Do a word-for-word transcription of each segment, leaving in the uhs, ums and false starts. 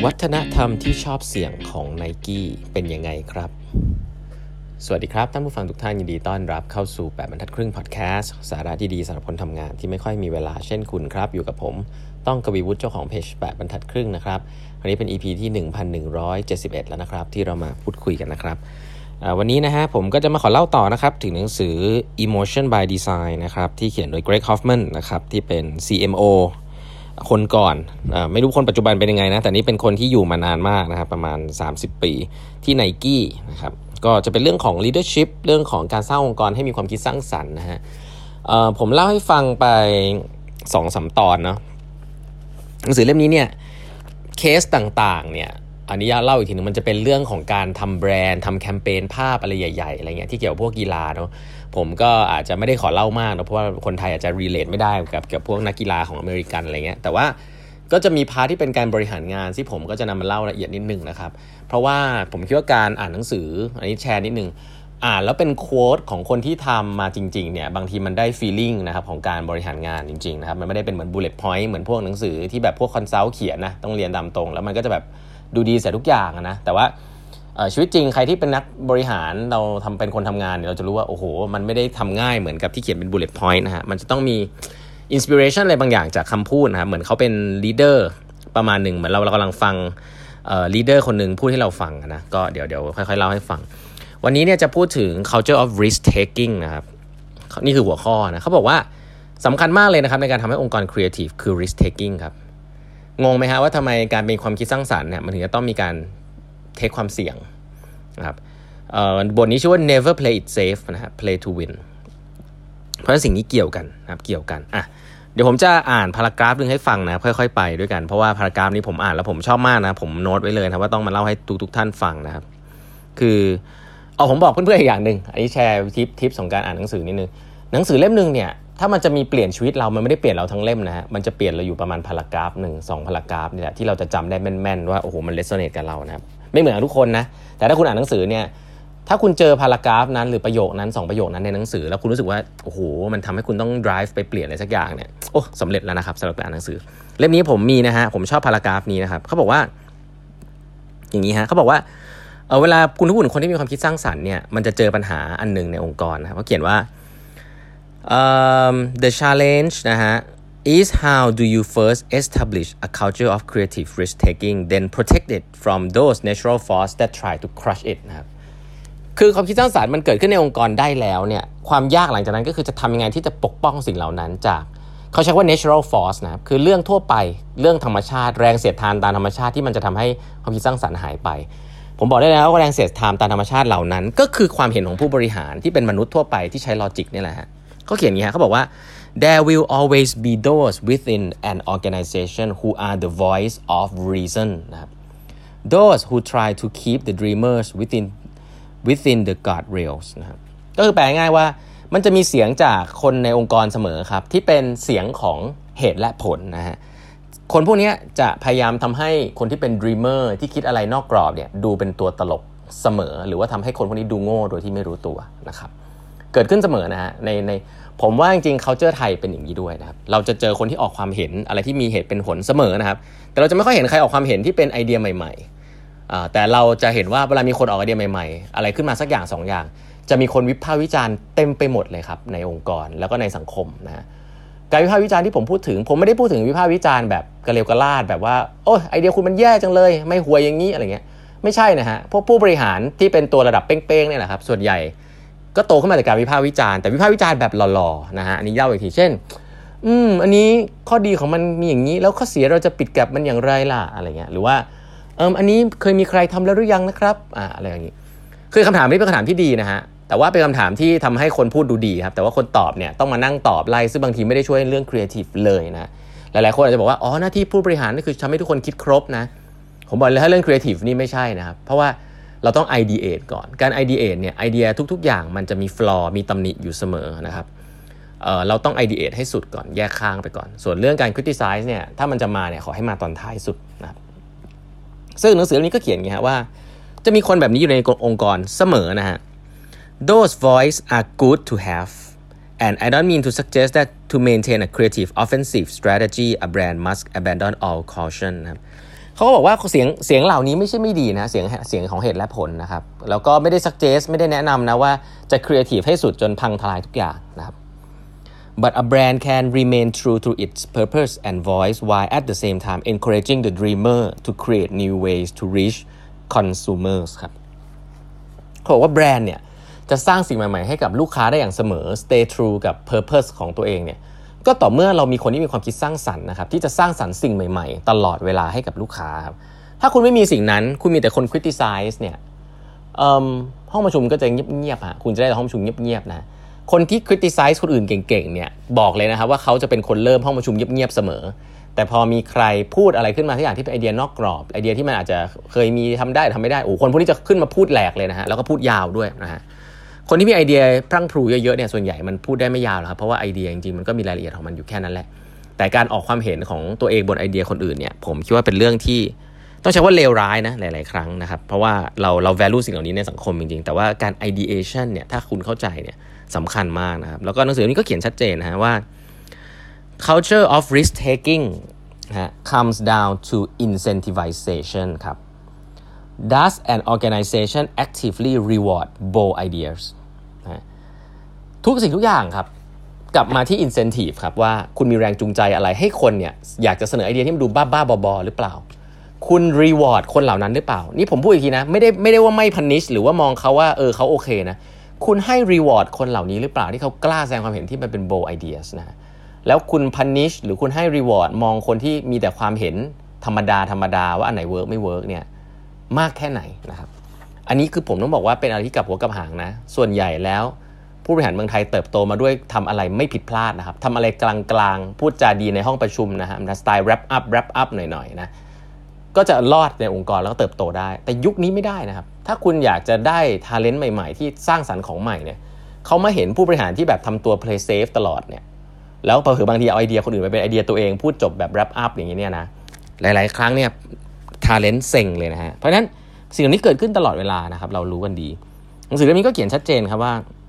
วัฒนธรรมที่ชอบเสี่ยงของ Nike เป็นยังไงครับสวัสดีครับท่านผู้ฟังทุกท่านยินดีต้อนรับเข้าสู่แปดบรรทัดครึ่งพอดแคสต์สาระดีๆสำหรับคนทำงานที่ไม่ค่อยมีเวลาเช่นคุณครับอยู่กับผมต้องกวีวุฒิเจ้าของเพจแปดบรรทัดครึ่งนะครับวันนี้เป็น อี พี ที่ หนึ่งพันหนึ่งร้อยเจ็ดสิบเอ็ด แล้วนะครับที่เรามาพูดคุยกันนะครับวันนี้นะฮะผมก็จะมาขอเล่าต่อนะครับถึงหนังสือ Emotion by Design นะครับที่เขียนโดย Greg Hoffman นะครับที่เป็น ซี เอ็ม โอ คนก่อนอ่าไม่รู้คนปัจจุบันเป็นยังไงนะแต่นี่เป็นคนที่อยู่มานานมากนะครับประมาณสามสิบปีที่ Nike นะครับก็จะเป็นเรื่องของ leadership เรื่องของการสร้างองค์กรให้มีความคิดสร้างสรรค์นะฮะเอ่อผมเล่าให้ฟังไป สองสาม ตอนเนาะหนังสือเล่มนี้เนี่ยเคสต่างๆเนี่ยอันนี้เล่าอีกทีนึงมันจะเป็นเรื่องของการทำแบรนด์ทำแคมเปญภาพอะไรใหญ่ๆอะไรเงี้ยที่เกี่ยวกับพวกกีฬาเนาะผมก็อาจจะไม่ได้ขอเล่ามากนะเพราะว่าคนไทยอาจจะ relate ไม่ได้กับกับพวกนักกีฬาของอเมริกันอะไรเงี้ยแต่ว่าก็จะมีพาร์ทที่เป็นการบริหารงานที่ผมก็จะนำมาเล่าละเอียดนิดนึงนะครับเพราะว่าผมคิดว่าการอ่านหนังสืออันนี้แชร์นิดนึงอ่านแล้วเป็นโค้ดของคนที่ทำมาจริงๆเนี่ยบางทีมันได้ feeling นะครับของการบริหารงานจริงๆนะครับมันไม่ได้เป็นเหมือน bullet point เหมือนพวกหนังสือที่แบบพวก consult เขียนนะต้องเรียนตามตรงแล้วมันก็จะแบบดูดีเสียทุกอย่างนะแต่ว่าชีวิตจริงใครที่เป็นนักบริหารเราทำเป็นคนทำงานเนี่ยเราจะรู้ว่าโอ้โหมันไม่ได้ทำง่ายเหมือนกับที่เขียนเป็น bullet point นะฮะมันจะต้องมี inspiration อะไรบางอย่างจากคำพูดนะครับเหมือนเขาเป็น leader ประมาณหนึ่งเหมือนเราเรากำลังฟังเอ่อ leader คนหนึ่งพูดให้เราฟังนะก็เดี๋ยวเดี๋ยวค่อยๆเล่าให้ฟังวันนี้เนี่ยจะพูดถึง culture of risk taking นะครับนี่คือหัวข้อนะเขาบอกว่าสำคัญมากเลยนะครับในการทำให้องค์กร creative คือ risk taking ครับงงไหมฮะว่าทำไมการเป็นความคิดสร้างสรรค์เนี่ยมันถึงจะต้องมีการเทคความเสี่ยงนะครับบทนี้ชื่อว่า never play it safe นะฮะ play to win เพราะฉะนั้นสิ่งนี้เกี่ยวกันนะครับเกี่ยวกันอ่ะเดี๋ยวผมจะอ่านพารากราฟนึงให้ฟังนะค่อยๆไปด้วยกันเพราะว่าพารากราฟนี้ผมอ่านแล้วผมชอบมากนะผมโน้ตไว้เลยนะว่าต้องมาเล่าให้ทุกๆท่านฟังนะครับคือเอาผมบอกเพื่อนๆอีกอย่างนึงอันนี้แชร์ทิปทิปของการอ่านหนังสือนิดนึงหนังสือเล่มนึงเนี่ยถ้ามันจะมีเปลี่ยนชีวิตเรามันไม่ได้เปลี่ยนเราทั้งเล่มนะฮะมันจะเปลี่ยนเราอยู่ประมาณพารากราฟหนึ่ง สองพารากราฟนี่แหละที่เราจะจำได้แม่นๆว่าโอ้โหมันเรโซเนทกับเรานะครับไม่เหมือนทุกคนนะแต่ถ้าคุณอ่านหนังสือเนี่ยถ้าคุณเจอพารากราฟนั้นหรือประโยคนั้นสองประโยคนั้นในหนังสือแล้วคุณรู้สึกว่าโอ้โหมันทำให้คุณต้อง drive ไปเปลี่ยนอะไรสักอย่างเนี่ยโอ้สำเร็จแล้วนะครับสำหรับการอ่านหนังสือเล่มนี้ผมมีนะฮะผมชอบพารากราฟนี้นะครับเขาบอกว่าอย่างนี้ฮะเขาบอกว่าเออเวลาคุณพูดถึงคนที่มีความคิดสร้างสรรค์เนี่ยมันจะเจอปัญหาอันนึงในองค์กรนะครับเขาเขียนว่าUm, the challenge นะฮะ is how do you first establish a culture of creative risk taking then protect it from those natural forces that try to crush it นะครับคือความคิดสร้างสรรค์มันเกิดขึ้นในองค์กรได้แล้วเนี่ยความยากหลังจากนั้นก็คือจะทำยังไงที่จะปกป้องสิ่งเหล่านั้นจากเขาใช้ว่า natural force นะครับคือเรื่องทั่วไปเรื่องธรรมชาติแรงเสียดทานตามธรรมชาติที่มันจะทำให้ความคิดสร้างสรรค์หายไปผมบอกได้แล้วว่าแรงเสียดทานตามธรรมชาติเหล่านั้นก็คือความเห็นของผู้บริหารที่เป็นมนุษย์ทั่วไปที่ใช้ลอจิกนี่แหละฮะเขาเขียนอย่างนี้ฮะเขาบอกว่า there will always be those within an organization who are the voice of reason นะครับ those who try to keep the dreamers within within the guardrails นะครับก็คือแปลง่ายว่ามันจะมีเสียงจากคนในองค์กรเสมอครับที่เป็นเสียงของเหตุและผลนะฮะคนพวกนี้จะพยายามทำให้คนที่เป็น dreamer ที่คิดอะไรนอกกรอบเนี่ยดูเป็นตัวตลกเสมอหรือว่าทำให้คนพวกนี้ดูโง่โดยที่ไม่รู้ตัวนะครับเกิดขึ้นเสมอนะฮะในในผมว่าจริงๆ culture ไทยเป็นอย่างนี้ด้วยนะครับเราจะเจอคนที่ออกความเห็นอะไรที่มีเหตุเป็นผลเสมอนะครับแต่เราจะไม่ค่อยเห็นใครออกความเห็นที่เป็นไอเดียใหม่ๆอ่าแต่เราจะเห็นว่าเวลามีคนออกไอเดียใหม่ๆอะไรขึ้นมาสักอย่างสองอย่างจะมีคนวิพากษ์วิจารณ์เต็มไปหมดเลยครับในองค์กรแล้วก็ในสังคมนะฮะการวิพากษ์วิจารณ์ที่ผมพูดถึงผมไม่ได้พูดถึงวิพากษ์วิจารณ์แบบกระเลวกระลาดแบบว่าโอ้ยไอเดียคุณมันแย่จังเลยไม่ห่วยอย่างนี้อะไรเงี้ยไม่ใช่นะฮะพวกผู้บริหารที่เป็นตัวระดับเป้งๆเนี่ยแหละครับส่วนใหญ่ก็โตขึ้นมาจากการวิพากษ์วิจารณ์แต่วิพากษ์วิจารณ์แบบหล่อๆนะฮะอันนี้เล่าอีกทีเช่นอืมอันนี้ข้อดีของมันมีอย่างนี้แล้วข้อเสียเราจะปิดแก็บมันอย่างไรล่ะอะไรเงี้ยหรือว่าเอออันนี้เคยมีใครทำแล้วหรือยังนะครับอ่าอะไรอย่างงี้คือคำถามนี้เป็นคำถามที่ดีนะฮะแต่ว่าเป็นคำถามที่ทำให้คนพูดดูดีครับแต่ว่าคนตอบเนี่ยต้องมานั่งตอบไล่ซึ่งบางทีไม่ได้ช่วยเรื่องครีเอทีฟเลยนะหลายๆคนอาจจะบอกว่าอ๋อหน้าที่ผู้บริหารนี่คือทำให้ทุกคนคิดครบนะผมบอกเลยถ้าเรื่องครีเอทีฟนี่ไม่ใช่นะครับเพราะว่าเราต้อง ideate ก่อนการ ideate เนี่ยไอเดียทุกๆอย่างมันจะมี flaw มีตำหนิอยู่เสมอนะครับ เอ่อเราต้อง ideate ให้สุดก่อนแยกข้างไปก่อนส่วนเรื่องการ criticize เนี่ยถ้ามันจะมาเนี่ยขอให้มาตอนท้ายสุดนะครับซึ่งหนังสือเล่มนี้ก็เขียนอย่างนี้ฮะว่าจะมีคนแบบนี้อยู่ในองค์กรเสมอนะฮะ those voices are good to have and I don't mean to suggest that to maintain a creative offensive strategy a brand must abandon all caution นะครับเขาก็บอกว่าเสียงเสียงเหล่านี้ไม่ใช่ไม่ดีนะเสียงเสียงของเหตุและผลนะครับแล้วก็ไม่ได้ suggest ไม่ได้แนะนำนะว่าจะ creative ให้สุดจนพังทลายทุกอย่างนะครับ but a brand can remain true to its purpose and voice while at the same time encouraging the dreamer to create new ways to reach consumers ครับเขาบอกว่าแบรนด์เนี่ยจะสร้างสิ่งใหม่ๆให้กับลูกค้าได้อย่างเสมอ stay true กับ purpose ของตัวเองเนี่ยก็ต่อเมื่อเรามีคนที่มีความคิดสร้างสรรค์นะครับที่จะสร้างสรรค์สิ่งใหม่ๆตลอดเวลาให้กับลูกค้าครับถ้าคุณไม่มีสิ่งนั้นคุณมีแต่คน criticize เนี่ยห้องประชุมก็จะเงียบๆฮะคุณจะได้ห้องประชุมเงียบๆนะคนที่ criticize คนอื่นเก่งๆเนี่ยบอกเลยนะครับว่าเขาจะเป็นคนเริ่มห้องประชุมเงียบๆเสมอแต่พอมีใครพูดอะไรขึ้นมาที่อย่างที่เป็นไอเดียนอกกรอบไอเดียที่มันอาจจะเคยมีทำได้ทำไม่ได้โอ้คนพวกนี้จะขึ้นมาพูดแหลกเลยนะฮะแล้วก็พูดยาวด้วยนะฮะคนที่มีไอเดียพรั่งพรูเยอะๆเนี่ยส่วนใหญ่มันพูดได้ไม่ยาวหรอกครับเพราะว่าไอเดียจริงๆมันก็มีรายละเอียดของมันอยู่แค่นั้นแหละแต่การออกความเห็นของตัวเองบนไอเดียคนอื่นเนี่ยผมคิดว่าเป็นเรื่องที่ต้องใช้ว่าเลวร้ายนะหลายๆครั้งนะครับเพราะว่าเราเรา value สิ่งเหล่านี้ในสังคมจริงๆแต่ว่าการ ideation เนี่ยถ้าคุณเข้าใจเนี่ยสำคัญมากนะครับแล้วก็หนังสือนี้ก็เขียนชัดเจนนะฮะว่า culture of risk taking comes down to incentivization ครับDoes an organization actively reward bold ideas นะทุกสิ่งทุกอย่างครับกลับมาที่ incentive ครับว่าคุณมีแรงจูงใจอะไรให้คนเนี่ยอยากจะเสนอไอเดียที่มันดูบ้าๆบอๆหรือเปล่าคุณ reward คนเหล่านั้นหรือเปล่านี่ผมพูดอีกทีนะไม่ได้ไม่ได้ว่าไม่ punish หรือว่ามองเขาว่าเออเขาโอเคนะคุณให้ reward คนเหล่านี้หรือเปล่าที่เขากล้าแสดงความเห็นที่มันเป็น bold ideas นะแล้วคุณ punish หรือคุณให้ reward มองคนที่มีแต่ความเห็นธรรมดาธรรมดาว่าอันไหน work ไม่ work เนี่ยมากแค่ไหนนะครับอันนี้คือผมต้องบอกว่าเป็นอะไรที่กลับหัวกลับหางนะส่วนใหญ่แล้วผู้บริหารเมืองไทยเติบโตมาด้วยทำอะไรไม่ผิดพลาดนะครับทำอะไรกลางๆพูดจาดีในห้องประชุมนะฮะสไตล์ wrap up wrap up หน่อยๆนะก็จะรอดในองค์กรแล้วก็เติบโตได้แต่ยุคนี้ไม่ได้นะครับถ้าคุณอยากจะได้ talent ใหม่ๆที่สร้างสรรค์ของใหม่เนี่ยเขามาเห็นผู้บริหารที่แบบทำตัว play safe ตลอดเนี่ยแล้วเผลอบางทีเอาไอเดียคนอื่นไปเป็นไอเดียตัวเองพูดจบแบบ wrap up อย่างนี้เนี่ยนะหลายๆครั้งเนี่ย talent เซ็งเลยนะฮะเพราะฉะนั้นสิ่งนี้เกิดขึ้นตลอดเวลานะครับเรารู้กันดีหนังสือเล่มนี้ก็เขียนชัดเจนครับว่า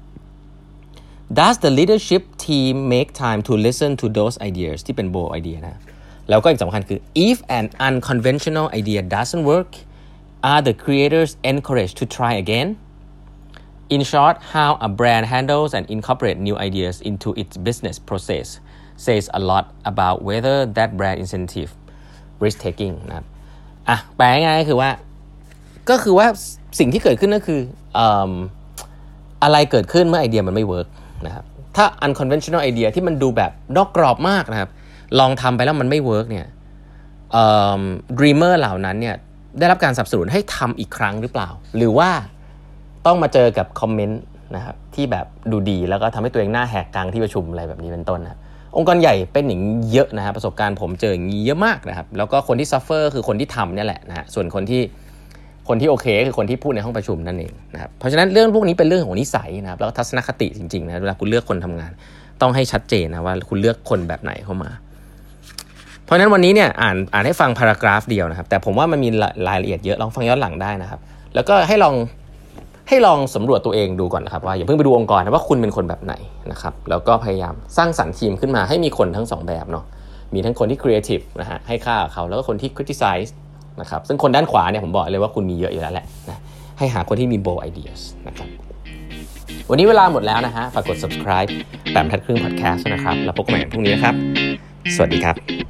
Does the leadership team make time to listen to those ideas ที่เป็น bold idea นะแล้วก็อีกสำคัญคือ if an unconventional idea doesn't work are the creators encouraged to try again in short how a brand handles and incorporate new ideas into its business process says a lot about whether that brand incentive risk taking นะครับอ่ะแปลง่ายๆก็คือว่าก็คือว่าสิ่งที่เกิดขึ้นก็คืออืมอะไรเกิดขึ้นเมื่อไอเดียมันไม่เวิร์กนะครับถ้า unconventional idea ที่มันดูแบบนอกกรอบมากนะครับลองทำไปแล้วมันไม่เวิร์กเนี่ยเอ่อ dreamer เหล่านั้นเนี่ยได้รับการสนับสนุนให้ทำอีกครั้งหรือเปล่าหรือว่าต้องมาเจอกับคอมเมนต์นะครับที่แบบดูดีแล้วก็ทำให้ตัวเองหน้าแหกกลางที่ประชุมอะไรแบบนี้เป็นต้นนะองค์กรใหญ่เป็นอย่างนี้เยอะนะฮะประสบการณ์ผมเจออย่างนี้เยอะมากนะครับแล้วก็คนที่ suffer คือคนที่ทำเนี่ยแหละนะฮะส่วนคนที่คนที่โอเคคือคนที่พูดในห้องประชุมนั่นเองนะครับเพราะฉะนั้นเรื่องพวกนี้เป็นเรื่องของนิสัยนะครับแล้วก็ทัศนคติจริงๆนะเวลาคุณเลือกคนทำงานต้องให้ชัดเจนนะว่าคุณเลือกคนแบบไหนเข้ามาเพราะฉะนั้นวันนี้เนี่ยอ่านอ่านให้ฟังพารากราฟเดียวนะครับแต่ผมว่ามันมีรายละเอียดเยอะลองฟังย้อนหลังได้นะครับแล้วก็ให้ลองให้ลองสำรวจตัวเองดูก่อนนะครับว่าอย่าเพิ่งไปดูองค์กรนะว่าคุณเป็นคนแบบไหนนะครับแล้วก็พยายามสร้างสรรค์ทีมขึ้นมาให้มีคนทั้งสองแบบเนาะมีทั้งคนที่ creative นะฮะให้ค่าเขาแล้วก็คนที่ criticize นะครับซึ่งคนด้านขวาเนี่ยผมบอกเลยว่าคุณมีเยอะอยู่แล้วแหละนะให้หาคนที่มี bold ideas นะครับวันนี้เวลาหมดแล้วนะฮะฝากกด subscribe แปดบรรทัดครึ่ง podcast นะครับแล้วพบกันใหม่พรุ่งนี้นะครับสวัสดีครับ